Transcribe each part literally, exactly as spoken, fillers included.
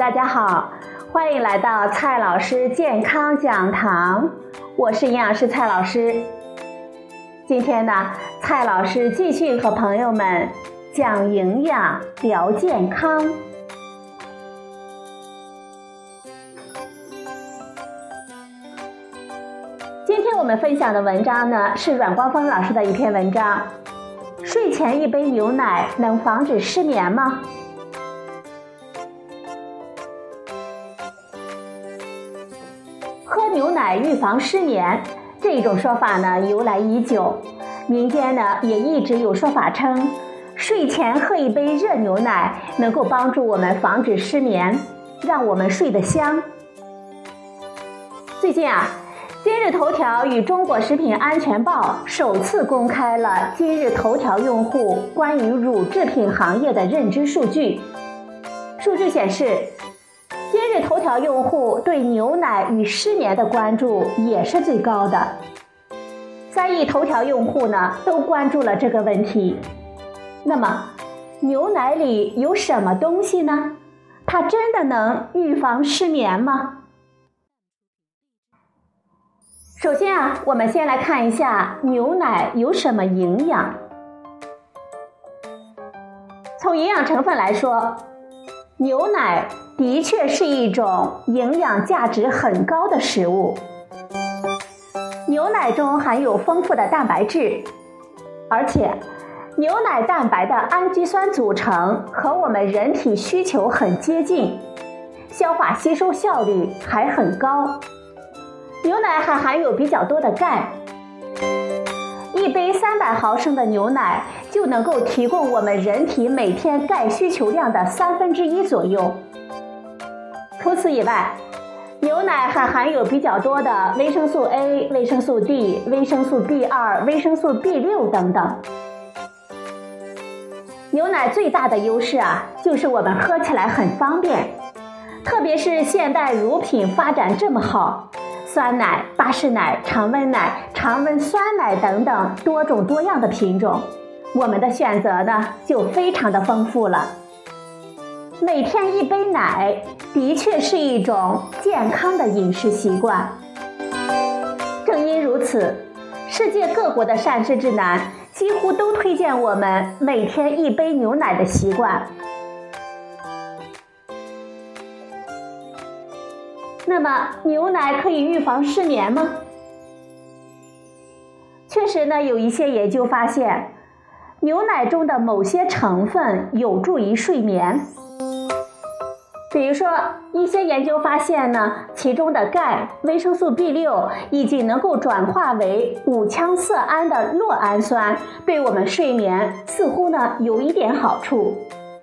大家好，欢迎来到蔡老师健康讲堂，我是营养师蔡老师。今天呢，蔡老师继续和朋友们讲营养聊健康。今天我们分享的文章呢，是阮光峰老师的一篇文章，睡前一杯牛奶能防止失眠吗？喝牛奶预防失眠这种说法呢由来已久，民间呢也一直有说法称，睡前喝一杯热牛奶能够帮助我们防止失眠，让我们睡得香。最近啊，今日头条与中国食品安全报首次公开了今日头条用户关于乳制品行业的认知数据。数据显示，今日头条用户对牛奶与失眠的关注也是最高的。三亿头条用户呢都关注了这个问题。那么，牛奶里有什么东西呢？它真的能预防失眠吗？首先啊，我们先来看一下牛奶有什么营养。从营养成分来说，牛奶的确是一种营养价值很高的食物。牛奶中含有丰富的蛋白质，而且牛奶蛋白的氨基酸组成和我们人体需求很接近，消化吸收效率还很高。牛奶还含有比较多的钙，一杯三百毫升的牛奶就能够提供我们人体每天钙需求量的三分之一左右。除此以外，牛奶还含有比较多的维生素 A、维生素 D、维生素 B 二、维生素 B 六 等等。牛奶最大的优势啊，就是我们喝起来很方便，特别是现代乳品发展这么好，酸奶、巴氏奶、常温奶、常温酸奶等等多种多样的品种，我们的选择呢就非常的丰富了。每天一杯奶的确是一种健康的饮食习惯。正因如此，世界各国的膳食指南几乎都推荐我们每天一杯牛奶的习惯。那么，牛奶可以预防失眠吗？确实呢，有一些研究发现，牛奶中的某些成分有助于睡眠。比如说，一些研究发现呢，其中的钙、维生素 B 六 以及能够转化为五羟色胺的酪氨酸，对我们睡眠似乎呢有一点好处。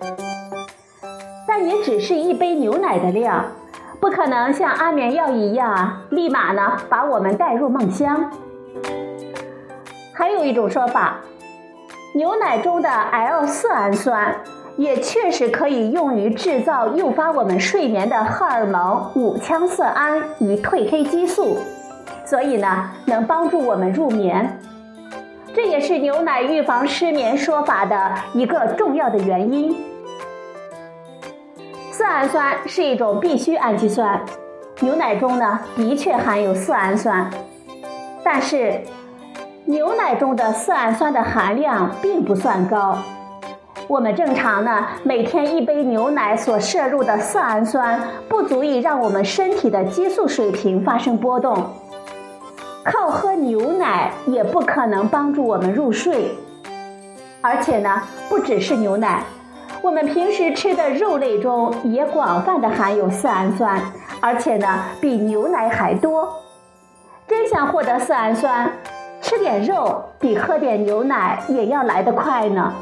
但也只是一杯牛奶的量，不可能像安眠药一样立马呢把我们带入梦乡。还有一种说法，牛奶中的 L 色氨酸也确实可以用于制造诱发我们睡眠的荷尔蒙五羟色胺与褪黑激素，所以呢能帮助我们入眠。这也是牛奶预防失眠说法的一个重要的原因。色氨酸是一种必需氨基酸，牛奶中呢的确含有色氨酸，但是牛奶中的色氨酸的含量并不算高。我们正常呢每天一杯牛奶所摄入的色氨酸不足以让我们身体的激素水平发生波动，靠喝牛奶也不可能帮助我们入睡。而且呢不只是牛奶，我们平时吃的肉类中也广泛的含有色氨酸，而且呢比牛奶还多。真想获得色氨酸，吃点肉比喝点牛奶也要来得快呢。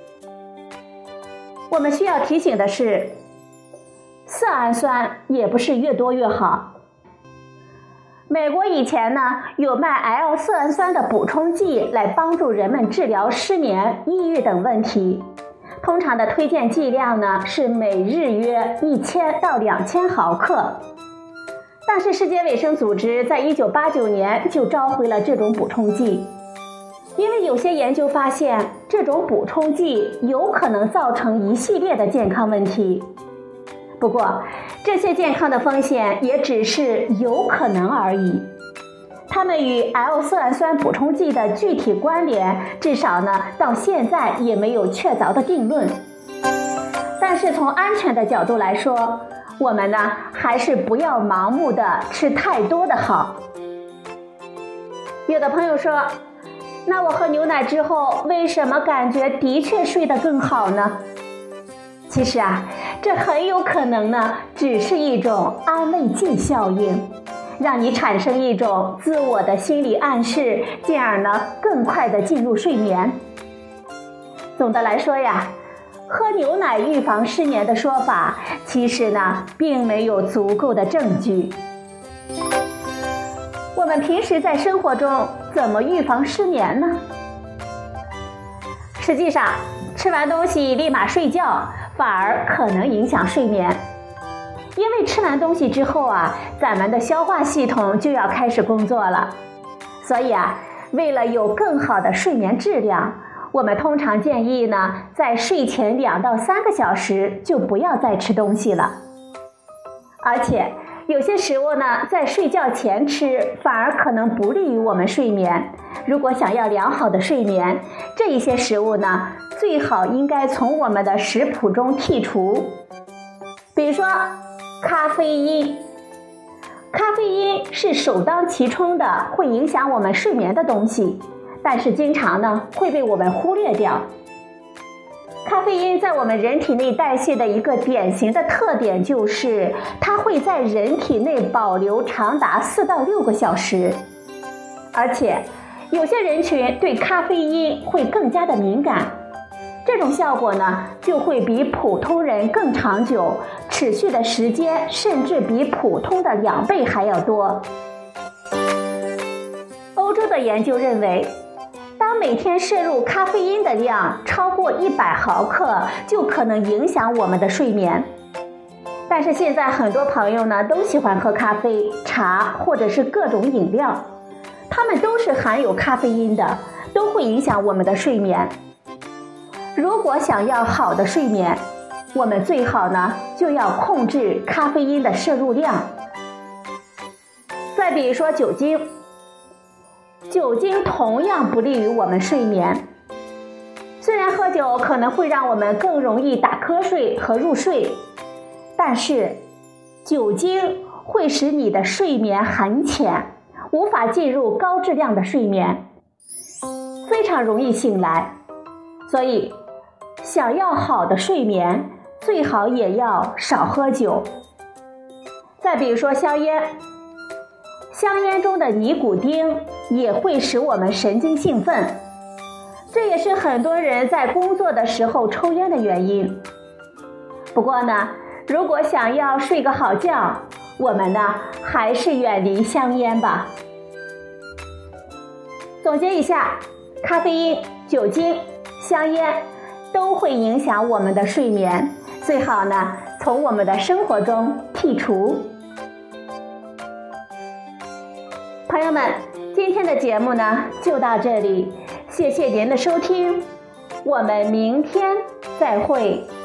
我们需要提醒的是，色氨酸也不是越多越好。美国以前呢有卖 L 色氨酸的补充剂来帮助人们治疗失眠、抑郁等问题，通常的推荐剂量呢是每日约一千到两千毫克。但是世界卫生组织在一九八九年就召回了这种补充剂，因为有些研究发现，这种补充剂有可能造成一系列的健康问题， 不过，这些健康的风险也只是有可能而已。它们与 L 色氨酸补充剂的具体关联，至少呢到现在也没有确凿的定论。但是从安全的角度来说，我们呢还是不要盲目的吃太多的好。有的朋友说，那我喝牛奶之后，为什么感觉的确睡得更好呢？其实啊，这很有可能呢只是一种安慰剂效应，让你产生一种自我的心理暗示，进而呢更快地进入睡眠。总的来说呀，喝牛奶预防失眠的说法，其实呢并没有足够的证据。我们平时在生活中怎么预防失眠呢？实际上，吃完东西立马睡觉，反而可能影响睡眠。因为吃完东西之后啊，咱们的消化系统就要开始工作了。所以啊，为了有更好的睡眠质量，我们通常建议呢，在睡前两到三个小时就不要再吃东西了。而且有些食物呢，在睡觉前吃反而可能不利于我们睡眠。如果想要良好的睡眠，这一些食物呢，最好应该从我们的食谱中剔除。比如说咖啡因，咖啡因是首当其冲的会影响我们睡眠的东西，但是经常呢会被我们忽略掉。咖啡因在我们人体内代谢的一个典型的特点就是，它会在人体内保留长达四到六个小时，而且有些人群对咖啡因会更加的敏感，这种效果呢就会比普通人更长久，持续的时间甚至比普通的两倍还要多。欧洲的研究认为，当每天摄入咖啡因的量超过一百毫克，就可能影响我们的睡眠。但是现在很多朋友呢都喜欢喝咖啡、茶或者是各种饮料，它们都是含有咖啡因的，都会影响我们的睡眠。如果想要好的睡眠，我们最好呢就要控制咖啡因的摄入量。再比如说酒精，酒精同样不利于我们睡眠。虽然喝酒可能会让我们更容易打瞌睡和入睡，但是酒精会使你的睡眠很浅，无法进入高质量的睡眠，非常容易醒来。所以想要好的睡眠，最好也要少喝酒。再比如说香烟，香烟中的尼古丁也会使我们神经兴奋，这也是很多人在工作的时候抽烟的原因。不过呢，如果想要睡个好觉，我们呢还是远离香烟吧。总结一下，咖啡因、酒精、香烟都会影响我们的睡眠，最好呢从我们的生活中剔除。朋友们，今天的节目呢就到这里，谢谢您的收听，我们明天再会。